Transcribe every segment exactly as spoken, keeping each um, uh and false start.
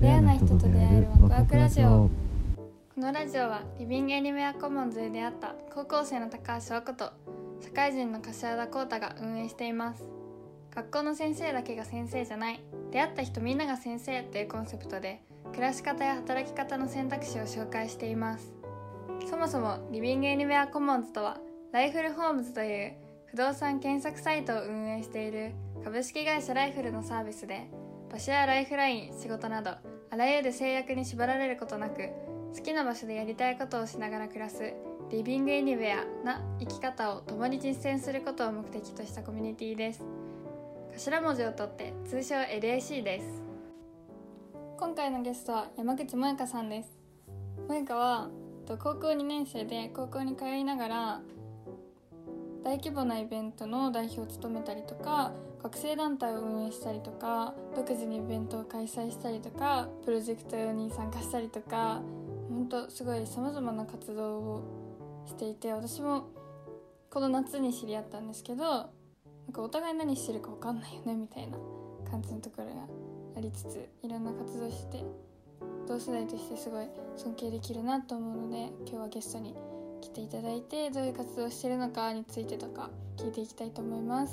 レアな人と出会えるワクワクラジオ。このラジオはリビングエニウェアコモンズで出会った高校生の高橋和子と社会人の柏田浩太が運営しています。学校の先生だけが先生じゃない、出会った人みんなが先生というコンセプトで暮らし方や働き方の選択肢を紹介しています。そもそもリビングエニウェアコモンズとはライフルホームズという不動産検索サイトを運営している株式会社ライフルのサービスで、場所やライフライン、仕事などあらゆる制約に縛られることなく好きな場所でやりたいことをしながら暮らすリビングエニウェアな生き方を共に実践することを目的としたコミュニティです。頭文字を取って通称 エルエーシー です。今回のゲストは山口萌香さんです。萌香は高校にねん生で高校に通いながら大規模なイベントの代表を務めたりとか、学生団体を運営したりとか、独自にイベントを開催したりとか、プロジェクトに参加したりとか、本当すごいさまざまな活動をしていて、私もこの夏に知り合ったんですけど、なんかお互い何してるか分かんないよねみたいな感じのところがありつつ、いろんな活動して同世代としてすごい尊敬できるなと思うので、今日はゲストに来ていただいて、どういう活動をしているのかについてとか聞いていきたいと思います。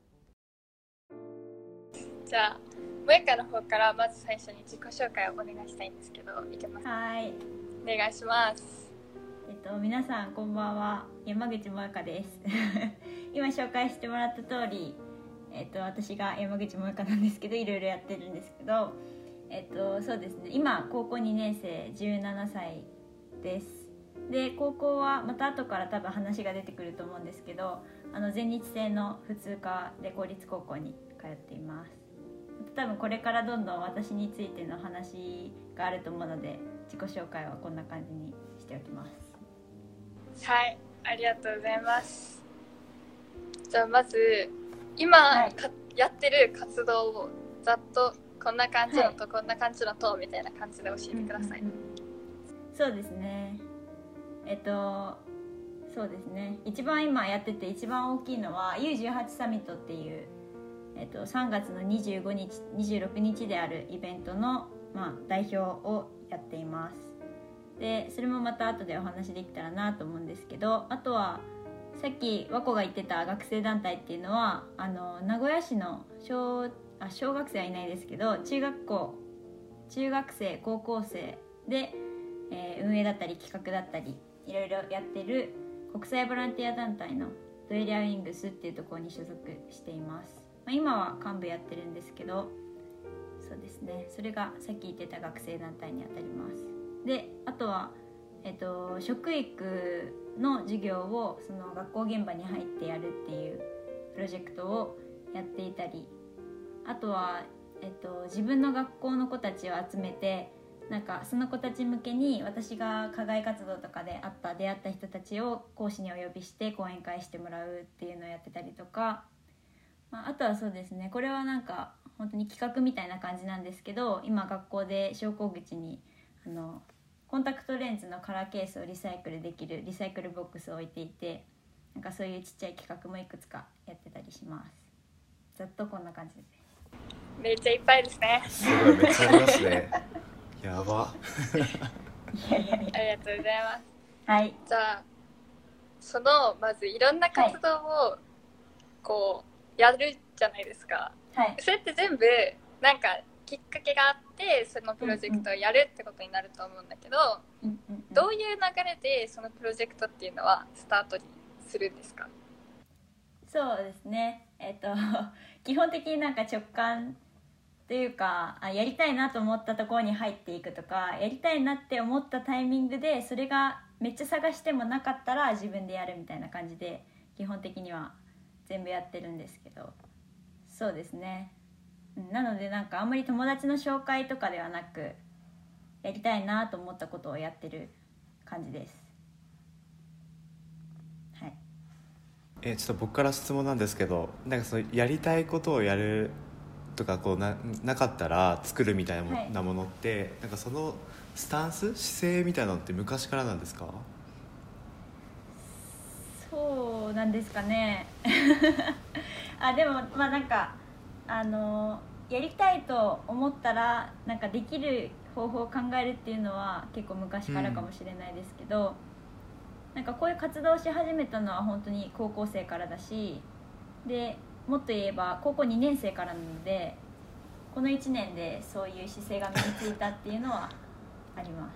じゃあ萌香の方からまず最初に自己紹介をお願いしたいんですけど、いけますか？ はい、 お願いします。 えっと皆さんこんばんは、山口萌香です今紹介してもらった通り、えっと私が山口萌香なんですけど、いろいろやってるんですけど、えっとそうですね、今高校にねん生、じゅうななさいです。で高校はまた後から多分話が出てくると思うんですけど、あの全日制の普通科で公立高校に通っています。多分これからどんどん私についての話があると思うので、自己紹介はこんな感じにしておきます。 はい、ありがとうございます。じゃあまず今、はい、やってる活動をざっとこんな感じのと、はい、こんな感じのとみたいな感じで教えてください。うんうんうん、 そうですね、えっとそうですね、一番今やってて一番大きいのは ユーじゅうはち サミットっていう、えっと、さんがつのにじゅうごにち、にじゅうろくにちであるイベントの、まあ、代表をやっています。でそれもまた後でお話できたらなと思うんですけど、あとはさっき和子が言ってた学生団体っていうのは、あの名古屋市の 小, あ小学生はいないですけど、中学校中学生高校生で、えー、運営だったり企画だったりいろいろやってる国際ボランティア団体のドエリアウィングスっていうところに所属しています。まあ、今は幹部やってるんですけど、そうですね、それがさっき言ってた学生団体にあたります。であとは、えっと、食育の授業をその学校現場に入ってやるっていうプロジェクトをやっていたり、あとは、えっと、自分の学校の子たちを集めて、なんかその子たち向けに私が課外活動とかで会った出会った人たちを講師にお呼びして講演会してもらうっていうのをやってたりとか、まあ、あとはそうですね、これはなんか本当に企画みたいな感じなんですけど、今学校で昇降口にあのコンタクトレンズのカラーケースをリサイクルできるリサイクルボックスを置いていて、なんかそういうちっちゃい企画もいくつかやってたりします。ざっとこんな感じです。 めっちゃいっぱいですね。 すごい、めっちゃありますねやばいやいやいや、 ありがとうございます。 はい、 じゃあそのまずいろんな活動をこうやるじゃないですか、 はい、 それって全部なんかきっかけがあってそのプロジェクトをやるってことになると思うんだけど、うんうんうん、どういう流れでそのプロジェクトっていうのはスタートにするんですか？ そうですね、えっと基本的になんか直感というか、あやりたいなと思ったところに入っていくとか、やりたいなって思ったタイミングでそれがめっちゃ探してもなかったら自分でやるみたいな感じで基本的には全部やってるんですけど、そうですね、なのでなんかあんまり友達の紹介とかではなく、やりたいなと思ったことをやってる感じです。はい、 えちょっと僕から質問なんですけど、なんかそのやりたいことをやるとかこう な, なかったら作るみたいな も,、はい、なものって、なんかそのスタンス姿勢みたいなのって昔からなんですか？ そうなんですかねあでもまあなんかあのやりたいと思ったらなんかできる方法を考えるっていうのは結構昔からかもしれないですけど、うん、なんかこういう活動をし始めたのは本当に高校生からだし、でもっと言えば高校にねん生からなので、このいちねんでそういう姿勢が身についたっていうのはあります。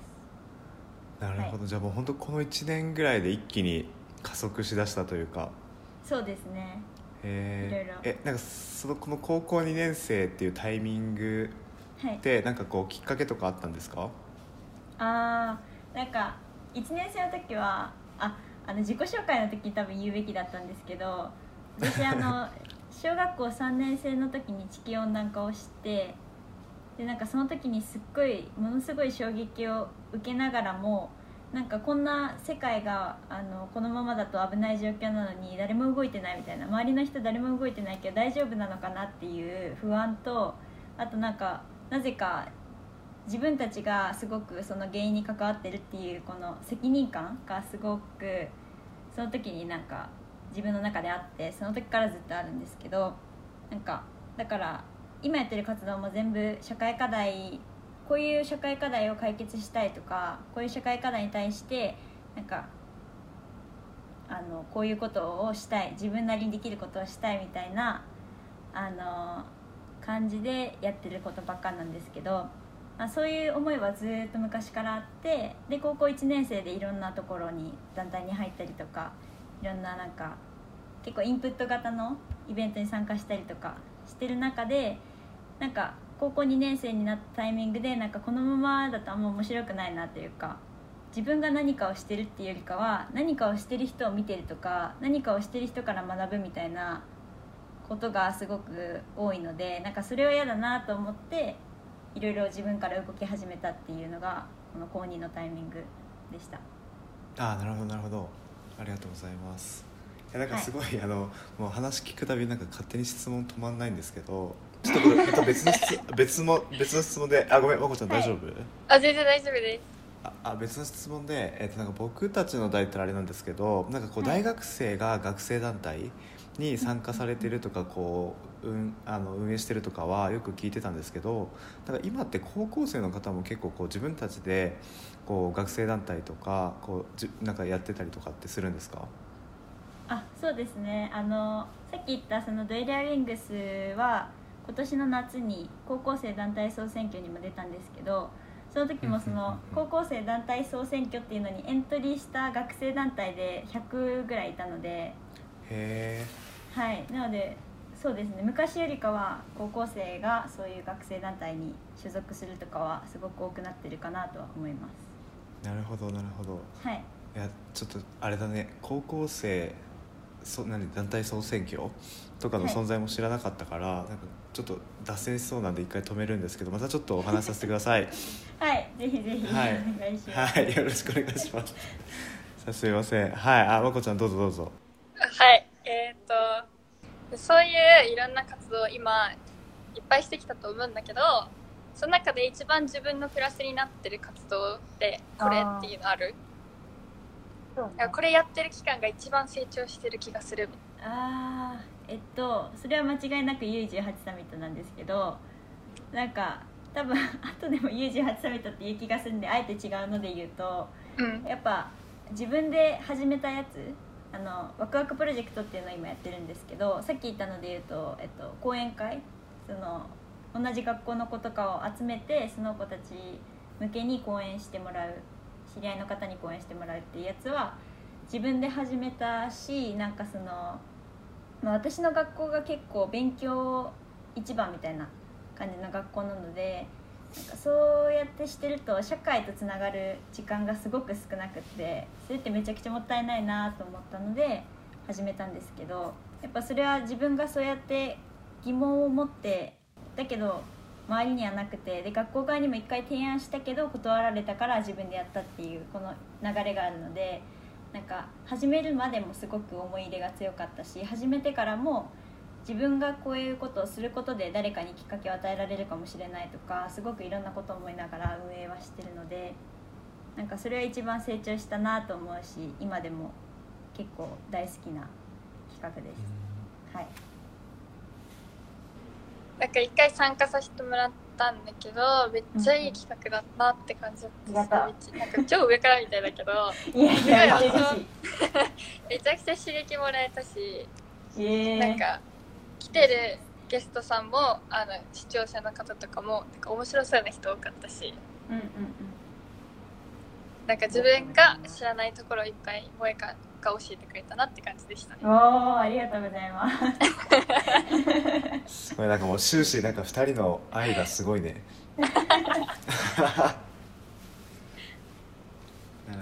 なるほど、 はい、 じゃあもう本当このいちねんぐらいで一気に加速しだしたというか。 そうですね。 へいろいろえ、なんかそのこの高校にねん生っていうタイミングでなんかこうきっかけとかあったんですか？はい、 あー、なんかいちねん生の時はああの自己紹介の時に多分言うべきだったんですけど、私あの小学校さんねん生の時に地球温暖化を知って、でなんかその時にすっごいものすごい衝撃を受けながらも、なんかこんな世界があのこのままだと危ない状況なのに誰も動いてないみたいな、周りの人誰も動いてないけど大丈夫なのかなっていう不安と、あとなんかなぜか自分たちがすごくその原因に関わってるっていうこの責任感がすごくその時になんか自分の中であって、その時からずっとあるんですけど、なんかだから今やってる活動も全部社会課題、こういう社会課題を解決したいとか、こういう社会課題に対してなんかあのこういうことをしたい、自分なりにできることをしたいみたいなあの感じでやってることばっかなんですけど、まあ、そういう思いはずっと昔からあって、で高校いちねん生でいろんなところに団体に入ったりとか、いろんななんか結構インプット型のイベントに参加したりとかしてる中で、なんか高校にねん生になったタイミングでなんかこのままだとあんま面白くないなというか、自分が何かをしてるっていうよりかは何かをしてる人を見てるとか、何かをしてる人から学ぶみたいなことがすごく多いので、なんかそれは嫌だなと思っていろいろ自分から動き始めたっていうのがこの高にのタイミングでした。 ああ、なるほどなるほど、ありがとうございます。いやなんかすごい、はい、あのもう話聞くたびなんか勝手に質問止まんないんですけど、ちょっとこれまた別の質別も別の質問で、あ、ごめん、まこちゃん大丈夫？はい、 あ、全然大丈夫です。 ああ別の質問で、えー、となんか僕たちの代ってあれなんですけど、なんかこう大学生が学生団体に参加されてるとか、こう、うん、あの運営してるとかはよく聞いてたんですけど、なんか今って高校生の方も結構こう自分たちでこう学生団体とかこうじなんかやってたりとかってするんですか？ あ、そうですね。あのさっき言ったそのドエリアウィングスは今年の夏に高校生団体総選挙にも出たんですけど、その時もその高校生団体総選挙っていうのにエントリーした学生団体でひゃくぐらいいたので、 へー、はい、なのでそうですね、昔よりかは高校生がそういう学生団体に所属するとかはすごく多くなってるかなとは思います。 なるほどなるほど。 はい、 いやちょっとあれだね、高校生そ何団体総選挙とかの存在も知らなかったから、はい、なんかちょっと脱線しそうなんで一回止めるんですけど、またちょっとお話しさせてください。 はい、ぜひぜひ、はい、お願いします。 はい、よろしくお願いします。さすいません。はい、あ、まこちゃんどうぞどうぞ。 はい、えー、っとそういういろんな活動を今いっぱいしてきたと思うんだけど、その中で一番自分のプラスになってる活動ってこれっていうのある？あ、これやってる期間が一番成長してる気がする。 あー、えっとそれは間違いなく ユーじゅうはち サミットなんですけど、なんか多分後でも ユーじゅうはち サミットっていう気がするんであえて違うので言うと、うん、やっぱ自分で始めたやつ、あのワクワクプロジェクトっていうのを今やってるんですけど、さっき言ったので言うと、えっと、講演会、その同じ学校の子とかを集めてその子たち向けに講演してもらう、知り合いの方に講演してもらうっていうやつは自分で始めたし、なんかその、まあ、私の学校が結構勉強一番みたいな感じの学校なので、なんかそうやってしてると社会とつながる時間がすごく少なくって、それってめちゃくちゃもったいないなと思ったので始めたんですけど、やっぱそれは自分がそうやって疑問を持ってだけど周りにはなくて、で学校側にも一回提案したけど断られたから自分でやったっていうこの流れがあるので、なんか始めるまでもすごく思い入れが強かったし、始めてからも自分がこういうことをすることで誰かにきっかけを与えられるかもしれないとか、すごくいろんなことを思いながら運営はしてるので、なんかそれは一番成長したなと思うし、今でも結構大好きな企画です。はい。 なんか一回参加させてもらったんだけど、めっちゃいい企画だったって感じだったし、なんか超上からみたいだけどいやいや嬉しいめちゃくちゃ刺激もらえたし、 えー、 なんか来てるゲストさんもあの視聴者の方とかもなんか面白そうな人多かったし、 うんうんうん、 なんか自分が知らないところいっぱい萌香が教えてくれたなって感じでしたね。 おー、ありがとうございますすごい、なんかもう終始なんかふたりの愛がすごいねなるほどな。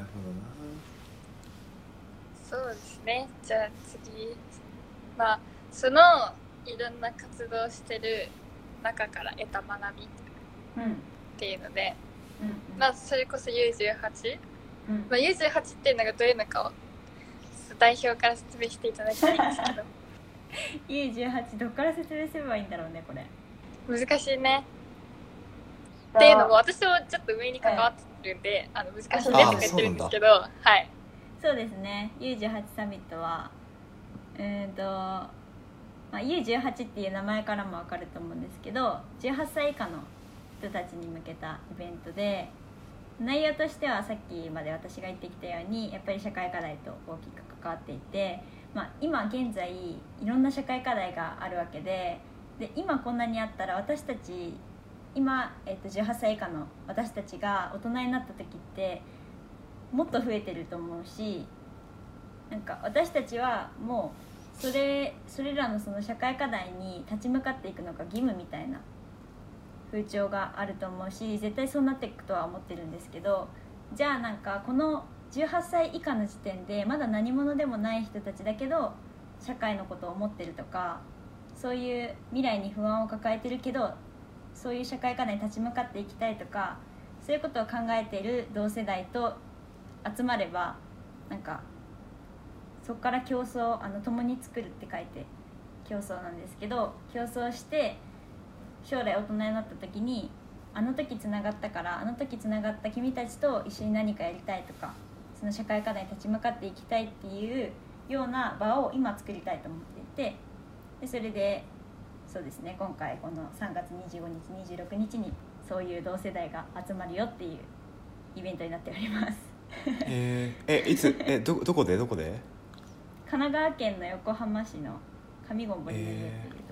そうですね。じゃあ次、まあそのいろんな活動してる中から得た学びっていうので、 うんうん、 まあそれこそ ユーじゅうはち、 うんまあ、ユーじゅうはち っていうのがどういうのかを代表から説明していただきたいんですけどユーじゅうはち どっから説明すればいいんだろうねこれ。 難しいね。っていうのも私もちょっと上に関わってるんで、はい、あの難しいねとか言ってるんですけど、はい。 そうですね。ユーじゅうはち サミットはえーと、まあ、ユーじゅうはち っていう名前からも分かると思うんですけど、じゅうはっさい以下の人たちに向けたイベントで、内容としてはさっきまで私が言ってきたようにやっぱり社会課題と大きく関わっていて、まあ、今現在いろんな社会課題があるわけで、で今こんなにあったら私たち今、えっと、じゅうはっさい以下の私たちが大人になった時ってもっと増えてると思うし、なんか私たちはもうそれそれらのその社会課題に立ち向かっていくのが義務みたいな風潮があると思うし、絶対そうなっていくとは思ってるんですけど、じゃあなんかこのじゅうはっさい以下の時点でまだ何者でもない人たちだけど社会のことを思ってるとか、そういう未来に不安を抱えてるけどそういう社会課題に立ち向かっていきたいとか、そういうことを考えている同世代と集まれば、なんかそこから競争、あの共に作るって書いて競争なんですけど、競争して将来大人になった時にあの時つながったからあの時つながった君たちと一緒に何かやりたいとか、その社会課題に立ち向かっていきたいっていうような場を今作りたいと思っていて、でそれでそうですね、今回このさんがつにじゅうごにちにじゅうろくにちにそういう同世代が集まるよっていうイベントになっておりますえー、えいつえ ど, どこでどこで神奈川県の横浜市の上郷森の家っていうとこ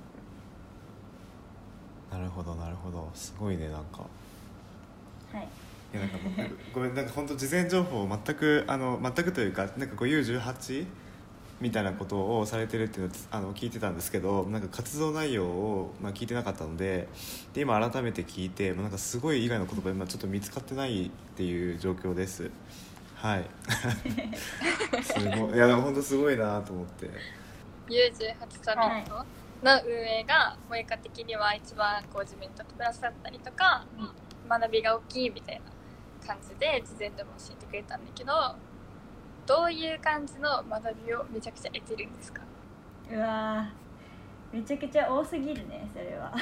ろ、えー、なるほどなるほど、すごいね。なんかはい、 いやなんかごめん、なんか本当事前情報を全くあの全くというか、なんかこう ユーじゅうはち みたいなことをされてるっていうのをあの聞いてたんですけど、なんか活動内容を、まあ、聞いてなかったので、で今改めて聞いて、なんかすごい以外の言葉今ちょっと見つかってないっていう状況です。はいすごい、いや本当すごいなと思って。 ユーじゅうはち サミットの運営が萌香的には一番こう自分にとってプラスだったりとか、うん、学びが大きいみたいな感じで事前でも教えてくれたんだけど、どういう感じの学びをめちゃくちゃ得てるんですか？ うわめちゃくちゃ多すぎるね、それは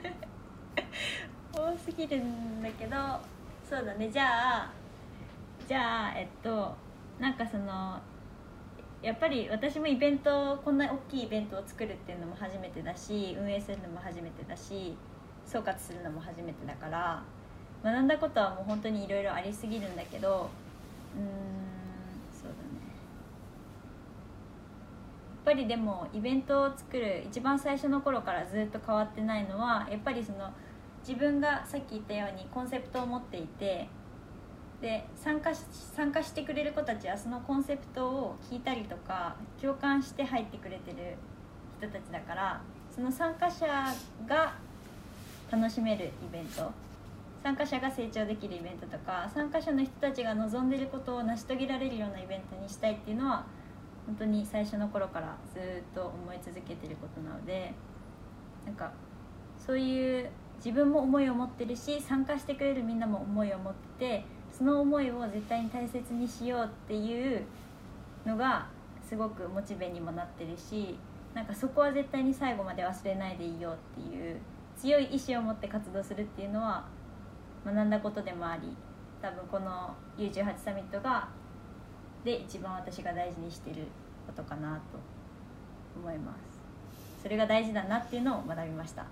多すぎるんだけど、そうだね、じゃあじゃあえっとなんかそのやっぱり私もイベント、こんな大きいイベントを作るっていうのも初めてだし、運営するのも初めてだし、総括するのも初めてだから、学んだことはもう本当にいろいろありすぎるんだけど、うーんそうだね、やっぱりでもイベントを作る一番最初の頃からずっと変わってないのは、やっぱりその自分がさっき言ったようにコンセプトを持っていて、で 参加し、参加してくれる子たちはそのコンセプトを聞いたりとか共感して入ってくれてる人たちだから、その参加者が楽しめるイベント、参加者が成長できるイベントとか、参加者の人たちが望んでることを成し遂げられるようなイベントにしたいっていうのは本当に最初の頃からずっと思い続けてることなので、なんかそういう自分も思いを持ってるし、参加してくれるみんなも思いを持ってて、その思いを絶対に大切にしようっていうのがすごくモチベにもなってるし、なんかそこは絶対に最後まで忘れないでいいよっていう強い意志を持って活動するっていうのは学んだことでもあり、多分この ユーじゅうはち サミットがで一番私が大事にしてることかなと思います。 それが大事だなっていうのを学びました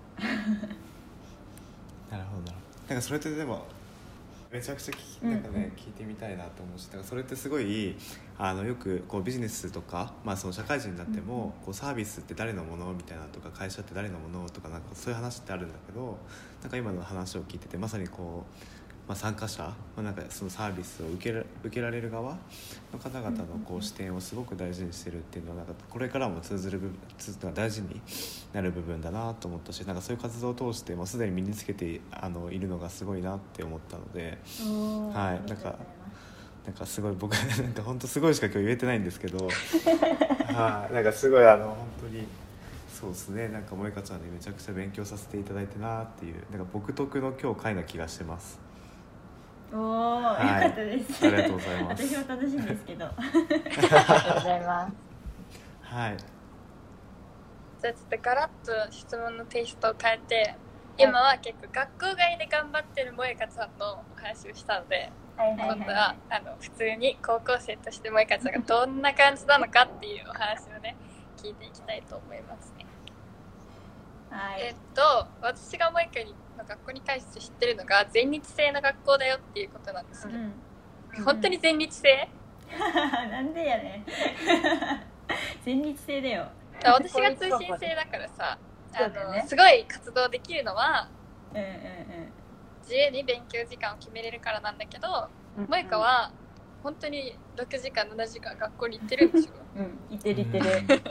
なるほどなるほど。なんかそれってでもめちゃくちゃ聞きなんか、ねうんうん、聞いてみたいなと思うし、だからそれってすごいあのよくこうビジネスとか、まあ、その社会人になっても、うんうん、こうサービスって誰のものみたいなとか会社って誰のものとか、なんかそういう話ってあるんだけど、なんか今の話を聞いててまさにこう、まあ、参加者、まあ、なんかそのサービスを受けら、受けられる側の方々のこう視点をすごく大事にしてるっていうのはなんかこれからも通ずる部分通大事になる部分だなと思ったし、なんかそういう活動を通してもうすでに身につけてあのいるのがすごいなって思ったので、はい、なんかなんかすごい僕なんか本当すごいしか今日言えてないんですけどはい、なんかすごいあの本当にそうですね、なんか萌香ちゃんにめちゃくちゃ勉強させていただいてなっていう、なんか僕得の今日回な気がしてます。 おー、はい、よかったです。 ありがとうございます。 私も楽しいんですけど。ありがとうございます。 はい。 じゃあちょっとガラッと質問のテイストを変えて、今は結構学校外で頑張ってる萌香ちゃんのお話をしたので、はいはいはい、今度はあの普通に高校生として萌香ちゃんがどんな感じなのかっていうお話をね聞いていきたいと思いますね。はい、えっと私が萌香の学校に対して知ってるのが全日制の学校だよっていうことなんですけど、うん、本当に全日制？ なんでやねん全日制だよ。 私が通信制だからさ、あの、ね、すごい活動できるのは、 うんうんうん、 自由に勉強時間を決めれるからなんだけど、うんうん、萌香は本当にろくじかんななじかん学校に行ってるんでしょ？ うん行ってる行ってる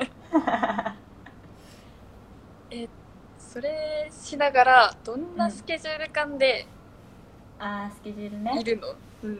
えそれしながらどんなスケジュール感で、 うん、あースケジュールねいるの？うん、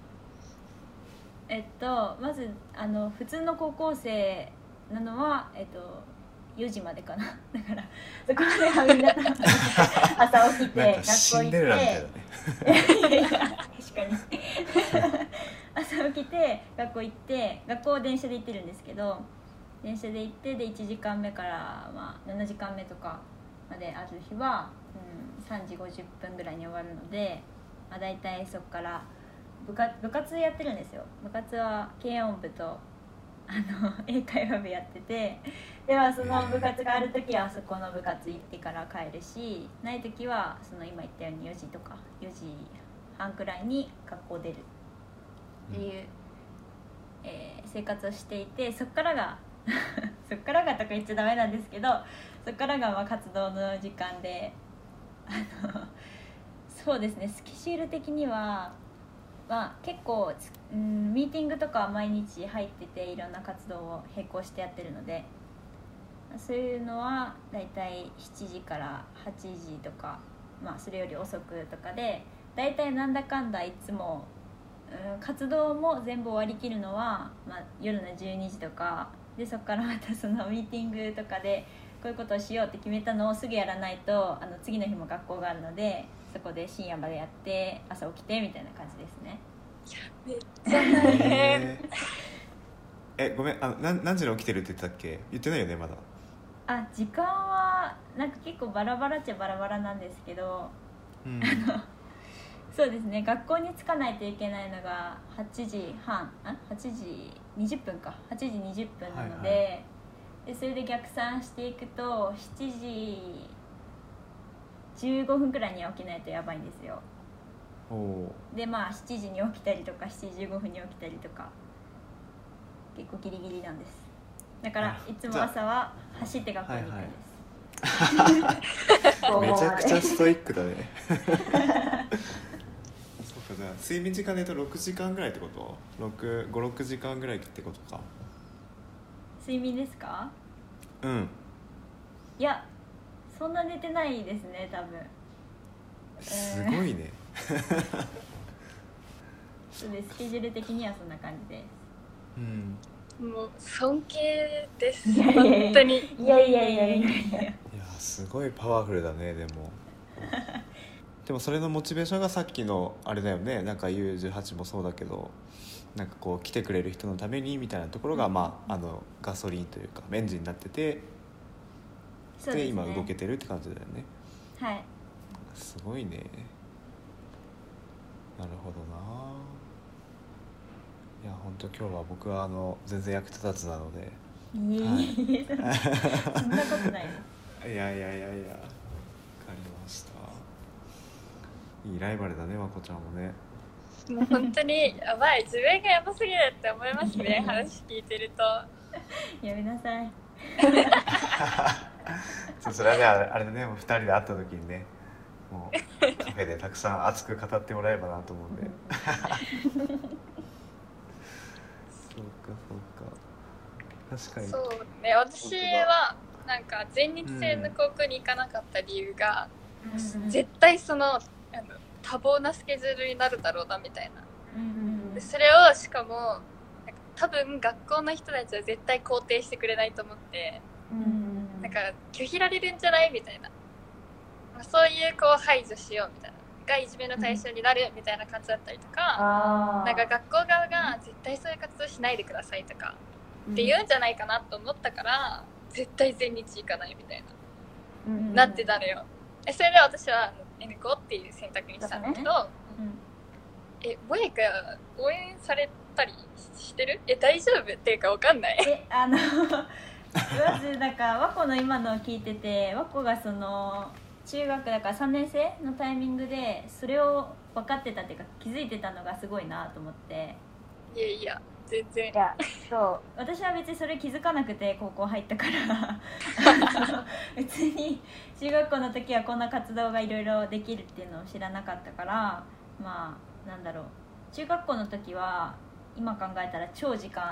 えっとまずあの普通の高校生なのは、えっと、よじまでかなだからそこまではみんな朝起きて学校行っていやいや確かに朝起きて学校行って学校電車で行ってるんですけど、電車で行ってでいちじかんめから、まあ、ななじかんめとかまである日は、うん、さんじごじゅっぷんぐらいに終わるので、まあ、大体そこから部活、部活やってるんですよ。部活は軽音部とあの英会話部やってて、ではその部活がある時はそこの部活行ってから帰るし、ない時はその今言ったようによじとかよじはんくらいに学校出るっていう、うんえー、生活をしていて、そこからがそこからがとか言っちゃダメなんですけど、そこからがまあ活動の時間で、あのそうですね、スケジュール的にはまあ、結構、うん、ミーティングとか毎日入ってていろんな活動を並行してやってるので、そういうのはだいたいしちじからはちじとか、まあ、それより遅くとかでだいたいなんだかんだいつも、うん、活動も全部終わりきるのは、まあ、夜のじゅうにじとかで、そこからまたそのミーティングとかでこういうことをしようって決めたのをすぐやらないと、あの次の日も学校があるのでそこで深夜までやって朝起きてみたいな感じですね。 めっちゃ大変えごめん、あの何何時に起きてるって言ってたっけ？言ってないよねまだ。 あ、時間はなんか結構バラバラっちゃバラバラなんですけど、うん、あのそうですね、学校に着かないといけないのがはちじはん、あはちじにじゅっぷんかはちじにじゅっぷんなので、はいはい、でそれで逆算していくとしちじじゅうごふんくらいには起きないとやばいんですよ。 おでまあしちじに起きたりとかしちじじゅうごふんに起きたりとか結構ギリギリなんです。だからいつも朝は走って学校に行くんです、 はいはい、めちゃくちゃストイックだねそうか、じゃあ睡眠時間で言うとろくじかんぐらいってこと？ご、ろくじかんぐらいってことか。 睡眠ですか？ うん。 いやそんな寝てないですね多分。 すごいねそうです、スケジュール的にはそんな感じです。 うん、 もう尊敬です本当に。 いやいやいやいやいやいやすごいパワフルだね。でもでもそれのモチベーションがさっきのあれだよね、なんか ユーじゅうはち もそうだけど、なんかこう来てくれる人のためにみたいなところが、うん、まああのガソリンというかエンジンになってて、で、ね、今動けてるって感じだよね。 はい、 すごいね。なるほどな。いや本当今日は僕はあの全然役立たずなのでいえいえ、そんなことないいやいやいやいや、わかりました。いいライバルだね、まこちゃんもね。 もう本当にやばい、自分がやばすぎるって思いますね話聞いてると。 やめなさいそう、それはね、あれでね、もうふたりで会った時にね、もうカフェでたくさん熱く語ってもらえればなと思うんでそうかそうか、確かに。 そうね、私はなんか全日制の高校に行かなかった理由が、うん、絶対そのあの多忙なスケジュールになるだろうなみたいな、うん、でそれをしかもなんか多分学校の人たちは絶対肯定してくれないと思って、うん、なんか拒否られるんじゃないみたいな、そういう子を排除しようみたいながいじめの対象になるみたいな感じだったりとか、うん、なんか学校側が絶対そういう活動しないでくださいとかって言うんじゃないかなと思ったから、絶対全日行かないみたいな、うん、なってたのよ。それで私は N 校っていう選択にしたんだけど、うん、え、ボエカ応援されたりしてる？え、大丈夫っていうか分かんない。 え、あのまずなんか和子の今のを聞いてて、和子がその中学だからさんねん生のタイミングでそれを分かってたっていうか気づいてたのがすごいなと思って。 いやいや全然。 いや、そう私は別にそれ気づかなくて高校入ったから別に中学校の時はこんな活動がいろいろできるっていうのを知らなかったから、まあなんだろう、中学校の時は今考えたら超時間あって、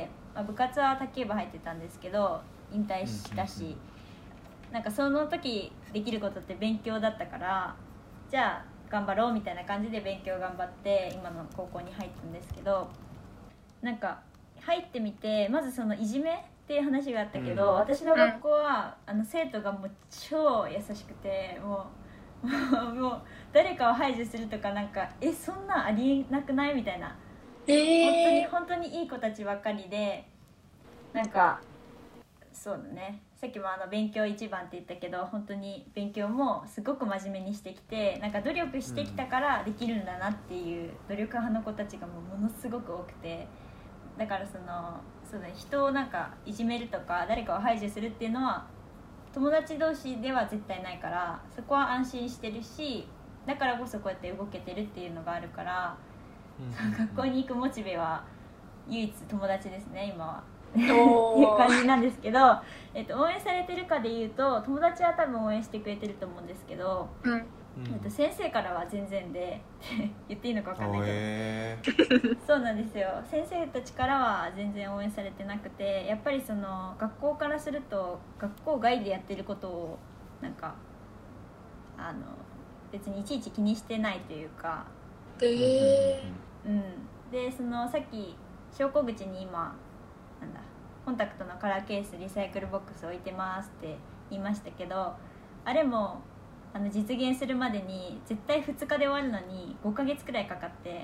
まあ、部活は卓球部入ってたんですけど引退したし、なんかその時できることって勉強だったから、じゃあ頑張ろうみたいな感じで勉強頑張って今の高校に入ったんですけど、なんか入ってみてまずそのいじめっていう話があったけど、うん、私の学校はあの生徒がもう超優しくて、もうもう誰かを排除するとかなんかえそんなんありえなくないみたいな、えー、本当に本当にいい子たちばっかりで、なんかそうだね、さっきもあの勉強一番って言ったけど本当に勉強もすごく真面目にしてきて、なんか努力してきたからできるんだなっていう努力派の子たちがもうものすごく多くて、だからそのそうだね、人をなんかいじめるとか誰かを排除するっていうのは友達同士では絶対ないから、そこは安心してるし、だからこそこうやって動けてるっていうのがあるから、うん、学校に行くモチベは唯一友達ですね今はっていう感じなんですけど、えっと、応援されてるかでいうと友達は多分応援してくれてると思うんですけど、うん、えっと、先生からは全然で言っていいのか分かんないけどそうなんですよ、先生たちからは全然応援されてなくて、やっぱりその学校からすると学校外でやってることをなんかあの別にいちいち気にしてないというか、 えーうん、でそのさっき昇降口に今なんだコンタクトのカラーケースリサイクルボックス置いてますって言いましたけど、あれもあの実現するまでに絶対ふつかで終わるのにごかげつくらいかかって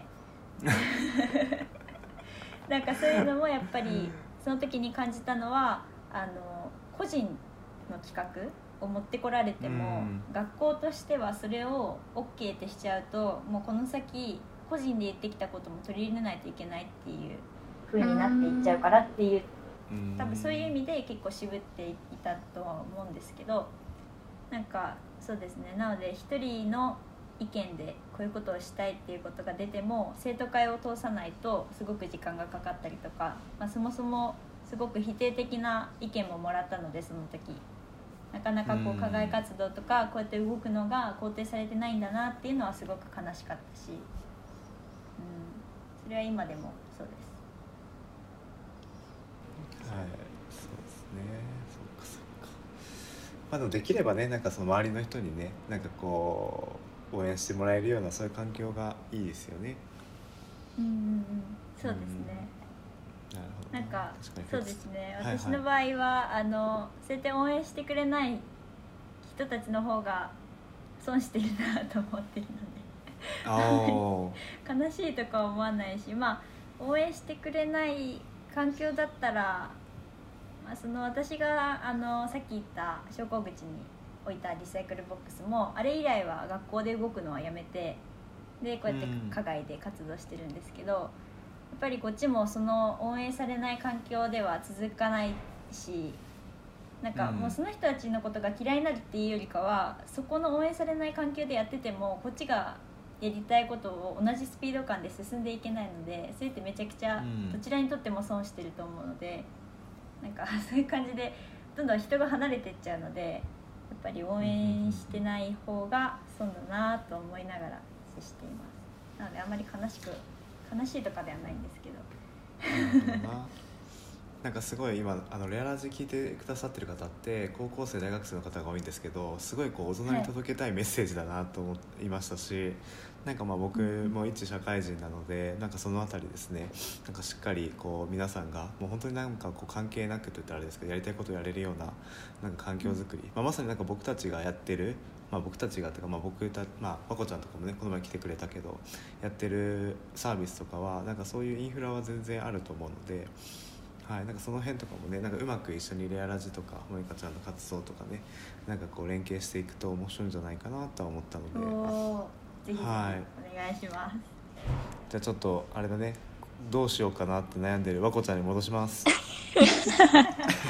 なんかそういうのもやっぱりその時に感じたのは、あの個人の企画を持ってこられても、学校としてはそれを OK ってしちゃうともうこの先個人で言ってきたことも取り入れないといけないっていう風になっていっちゃうからっていう、多分そういう意味で結構渋っていたとは思うんですけど、なんかそうですね、なので一人の意見でこういうことをしたいっていうことが出ても生徒会を通さないとすごく時間がかかったりとか、まあ、そもそもすごく否定的な意見ももらったので、その時なかなかこう課外活動とかこうやって動くのが肯定されてないんだなっていうのはすごく悲しかったし、うん、それは今でもそうです。 はい、そうですね。そうかそうか。まあでもできればね、なんかその周りの人にね、なんかこう応援してもらえるようなそういう環境がいいですよね。 うんうんうん、そうですね。なるほど。なんかそうですね。私の場合は、はいはい、あのそうやって応援してくれない人たちの方が損してるなと思っているので悲しいとか思わないし、まあ応援してくれない環境だったら、まあ、その私があのさっき言った昇降口に置いたリサイクルボックスもあれ以来は学校で動くのはやめて、でこうやって課外で活動してるんですけど、やっぱりこっちもその応援されない環境では続かないし、なんかもうその人たちのことが嫌いになるっていうよりかは、そこの応援されない環境でやっててもこっちがやりたいことを同じスピード感で進んでいけないので、それってめちゃくちゃどちらにとっても損してると思うので、なんかそういう感じでどんどん人が離れていっちゃうので、やっぱり応援してない方が損だなと思いながら接しています。なのであんまり悲しく悲しいとかではないんですけどなんかすごい今あのレアラジ聞いてくださってる方って高校生大学生の方が多いんですけど、すごいこう大人に届けたいメッセージだなと思いましたし、はい、なんかまあ僕も一社会人なので、なんかそのあたりですね、なんかしっかりこう皆さんがもう本当になんかこう関係なくと言ったらあれですけど、やりたいことをやれるようななんか環境づくり、まあ、まさになんか僕たちがやってる、まあ、僕たちがというか、まあ、僕たまあまこちゃんとかもねこの前来てくれたけどやってるサービスとかはなんかそういうインフラは全然あると思うので、はい、なんかその辺とかもね、なんかうまく一緒にレアラジとかもえかちゃんの活動とかね、なんかこう連携していくと面白いんじゃないかなとは思ったので、 おぜひぜひお願いします。 じゃあちょっとあれだね、どうしようかなって悩んでるわこちゃんに戻しますめっちゃ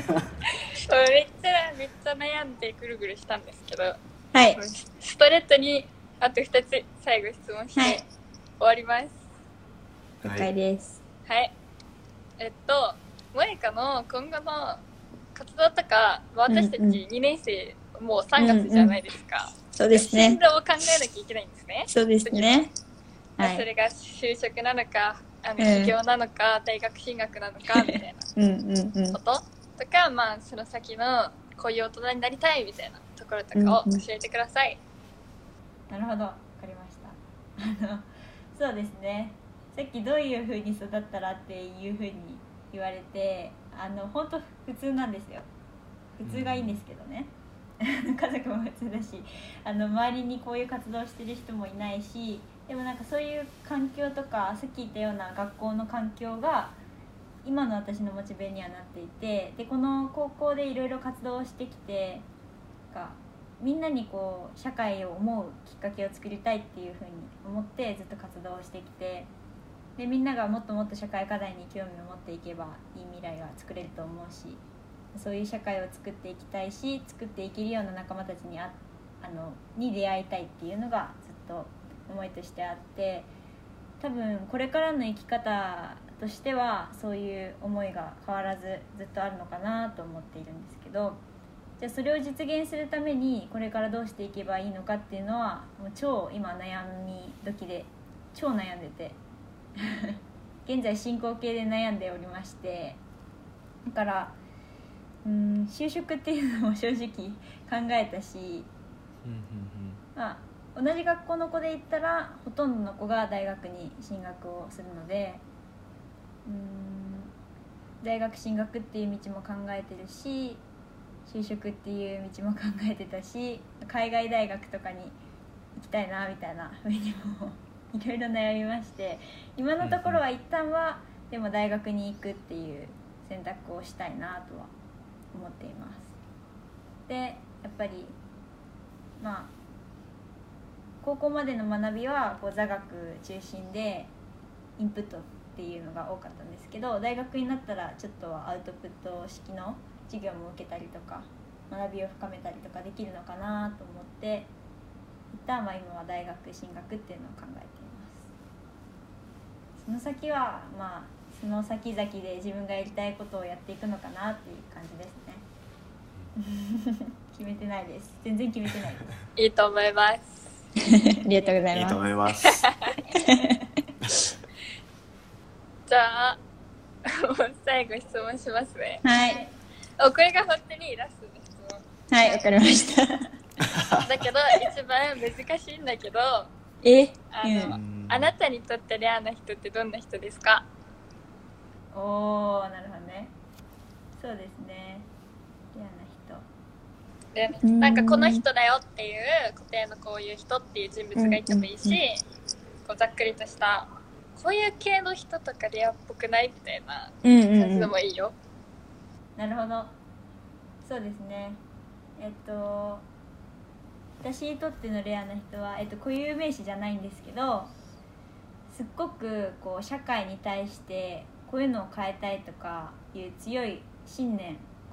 めっちゃ悩んでぐるぐるしたんですけど、 はい、 ストレートにあとふたつ最後質問して、はい、終わります。 了解です。 はい、えっともえかの今後の活動とか、私たちにねん生、うんうん、もうさんがつじゃないですか、うんうん、 そうですね、 進路を考えなきゃいけないんですね。 そうですね、 はい、それが就職なのか、あの起業なのか、うん、大学進学なのかみたいなことうんうん、うん、とか、まあ、その先のこういう大人になりたいみたいなところとかを教えてください。 うんうん、なるほど、わかりました。あのそうですね、さっきどういう風に育ったらっていう風に言われて、あの本当普通なんですよ。普通がいいんですけどね、うん、家族も普通だし、あの周りにこういう活動してる人もいないし、でもなんかそういう環境とかさっき言ったような学校の環境が今の私のモチベにはなっていて、でこの高校でいろいろ活動をしてきて、なんかみんなにこう社会を思うきっかけを作りたいっていうふうに思ってずっと活動をしてきて、でみんながもっともっと社会課題に興味を持っていけばいい未来が作れると思うし、そういう社会を作っていきたいし、作っていけるような仲間たちにああのに出会いたいっていうのがずっと思いとしてあって、多分これからの生き方としてはそういう思いが変わらずずっとあるのかなと思っているんですけど、じゃあそれを実現するためにこれからどうしていけばいいのかっていうのはもう超今悩み時で超悩んでて現在進行形で悩んでおりまして、だからうーん就職っていうのも正直考えたし、まあ同じ学校の子で言ったらほとんどの子が大学に進学をするので、うーん大学進学っていう道も考えてるし、就職っていう道も考えてたし、海外大学とかに行きたいなみたいなふうにもいろいろ悩みまして、今のところは一旦はでも大学に行くっていう選択をしたいなとは思っています。でやっぱりまあ高校までの学びはこう座学中心でインプットっていうのが多かったんですけど、大学になったらちょっとはアウトプット式の授業も受けたりとか学びを深めたりとかできるのかなと思って、一旦は今は大学進学っていうのを考えています。その先はまあその先々で自分がやりたいことをやっていくのかなっていう感じですね決めてないです。全然決めてないですいいと思いますありがとうございます。いいと思いますじゃあ最後質問しますね。 はい。 おこれが本当にラストの質問。 はい、わかりましただけど一番難しいんだけど、 えあの、うん、あなたにとってレアな人ってどんな人ですか？ おー、なるほどね。そうですね、レアな人。 でなんかこの人だよっていう固定のこういう人っていう人物がいてもいいし、うんうんうん、こうざっくりとしたこういう系の人とかレアっぽくないみたいな感じでもいいよ、 うんうんうん、なるほど。そうですね、えっと私にとってのレアな人は、えっと、固有名詞じゃないんですけど、すっごくこう社会に対してこういうのを変えたいとかいう強い信念、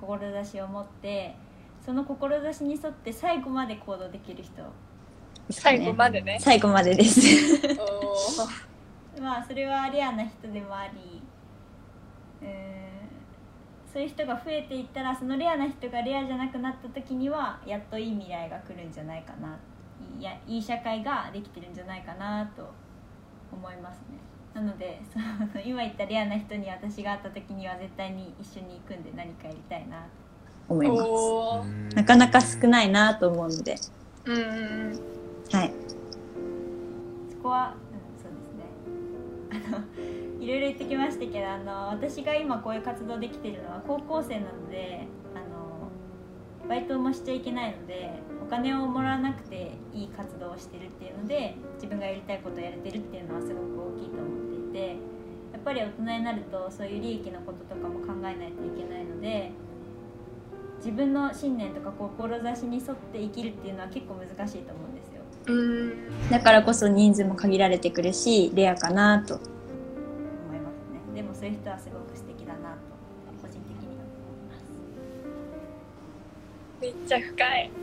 志を持って、その志に沿って最後まで行動できる人、ね、 最後までね。 最後までですおまあそれはレアな人でもあり、うーんそういう人が増えていったら、そのレアな人がレアじゃなくなった時にはやっといい未来が来るんじゃないかな、いやいい社会ができてるんじゃないかなと思いますね。なのでその今言ったレアな人に私が会った時には絶対に一緒に行くんで何かやりたいなと思います。なかなか少ないなと思うので、 うんうんうん、 はい、そこは、うん、そうですね。あのいろいろ言ってきましたけど、あの私が今こういう活動できてるのは高校生なので、あのバイトもしちゃいけないので、お金をもらわなくていい活動をしてるっていうので、自分がやりたいことをやれてるっていうのはすごく大きいと思っていて、やっぱり大人になるとそういう利益のこととかも考えないといけないので、自分の信念とか志に沿って生きるっていうのは結構難しいと思うんですよ。うんだからこそ人数も限られてくるし、レアかなと思いますね。でもそういう人はすごく素敵だなと個人的には思います。 めっちゃ深い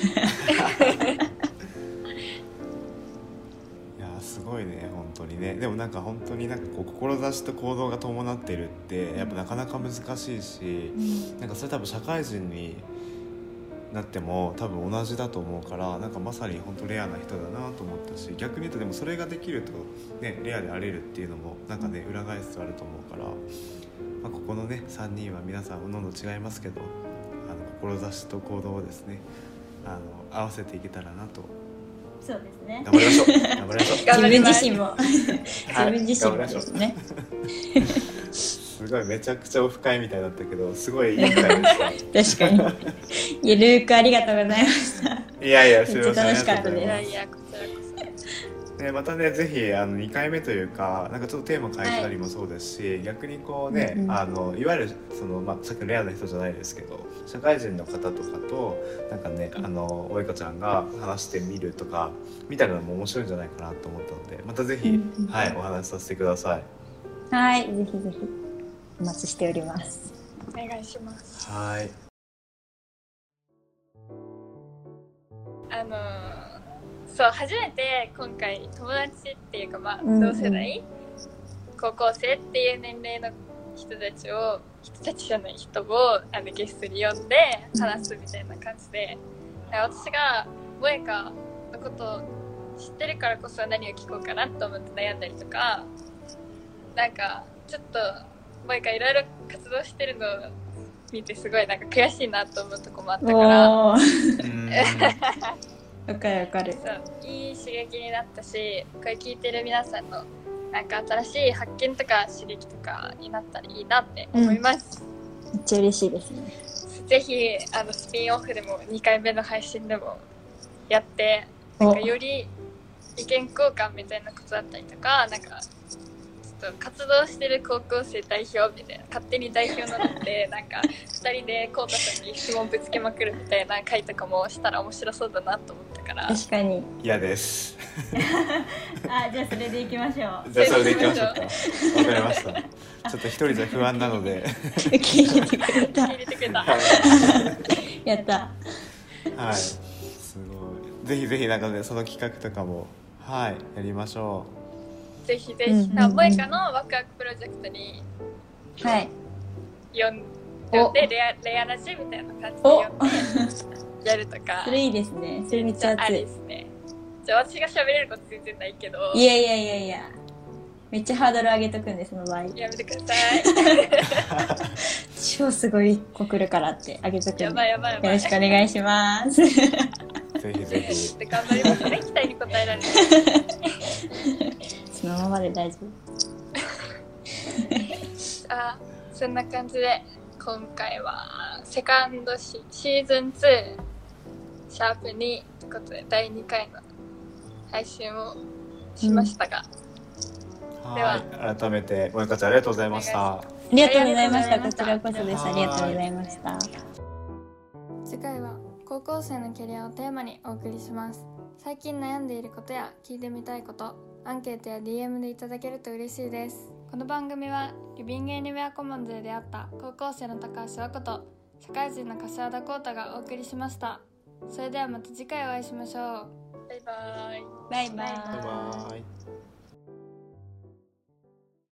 いやすごいね本当にね。でもなんか本当になんかこう志と行動が伴ってるってやっぱなかなか難しいし、うん、なんかそれ多分社会人になっても多分同じだと思うから、なんかまさに本当レアな人だなと思ったし、逆に言うとでもそれができるとねレアであれるっていうのもなんかね裏返すとあると思うから、まあ、ここのねさんにんは皆さんおのおの違いますけど、あの志と行動をですねあの合わせていけたらなと。 そうですね。 頑張りましょう。頑張りましょう。 自分自身も自分自身もですね。 すごいめちゃくちゃオフ会みたいだったけど、すごいいい会でした。確かに。ゆるーくありがとうございました。 いやいや、すみません。 楽しかったです。いやいやこちらこそ。ね、またねぜひあのにかいめというか、なんかちょっとテーマ変えたりもそうですし、はい、逆にこうね、うんうん、あのいわゆるその、まあ、さっきのレアな人じゃないですけど、社会人の方とかとなんかね、あのおいかちゃんが話してみるとかみたいなのも面白いんじゃないかなと思ったので、またぜひ、うんうん、はい、お話しさせてください。 はい、ぜひぜひお待ちしております。 お願いします。 はい。 あのそう初めて今回友達っていうか、まあ、同世代、うん、高校生っていう年齢の人たちを人たちじゃない人をあのゲストに呼んで話すみたいな感じで、私が萌香のことを知ってるからこそ何を聞こうかなと思って悩んだりとか、なんかちょっと萌香いろいろ活動してるのを見てすごいなんか悔しいなと思うとこもあったからわかるわかる。 そういい刺激になったし、これ聞いてる皆さんのなんか新しい発見とか刺激とかになったらいいなって思います、 うん、めっちゃ嬉しいですね。 ぜひあのスピンオフでもにかいめの配信でもやって、なんかより意見交換みたいなことだったりとか、なんかちょっと活動してる高校生代表みたいな、勝手に代表なのでなんかふたりでコウタさんに質問ぶつけまくるみたいな回とかもしたら面白そうだなと思ったから。 確かに嫌ですあ、じゃあそれでいきましょう。 じゃあそれでいきましょうか。わかりました。ちょっと一人じゃ不安なので受け入れてくれた。 受け入れてくれたやった。 はい、すごい。ぜひぜひなんかねその企画とかもはいやりましょう。ぜひぜひ、うんうんうん、萌香のワクワクプロジェクトにはい呼んでレアレアラジみたいな感じで呼んでやるとか。 それいいですね。それめっちゃ熱いですね。じゃあ私が喋れること全然ないけど。 いやいやいやいや。めっちゃハードル上げとくんで、その場合。 やめてください。 超すごい子来るからって上げとくんで。 やばいやばいやばい。 よろしくお願いします。 ぜひぜひ。 頑張りますね。期待に応えられる。 そのままで大丈夫。あ、そんな感じで今回はセカンドシシーズンツーシャープにということでだいにかいの配信をしましたが、 うん、では改めて萌香ちゃんありがとうございました。 ありがとうございました。こちらこそです。ありがとうございました。 次回は高校生のキャリアをテーマにお送りします。最近悩んでいることや聞いてみたいこと、アンケートや ディーエム でいただけると嬉しいです。この番組はリビングエニウェアコモンズで出会った高校生の高橋和子と社会人の柏田浩太がお送りしました。それではまた次回お会いしましょう。 バイバイ。 バイバイ。 バイバイ。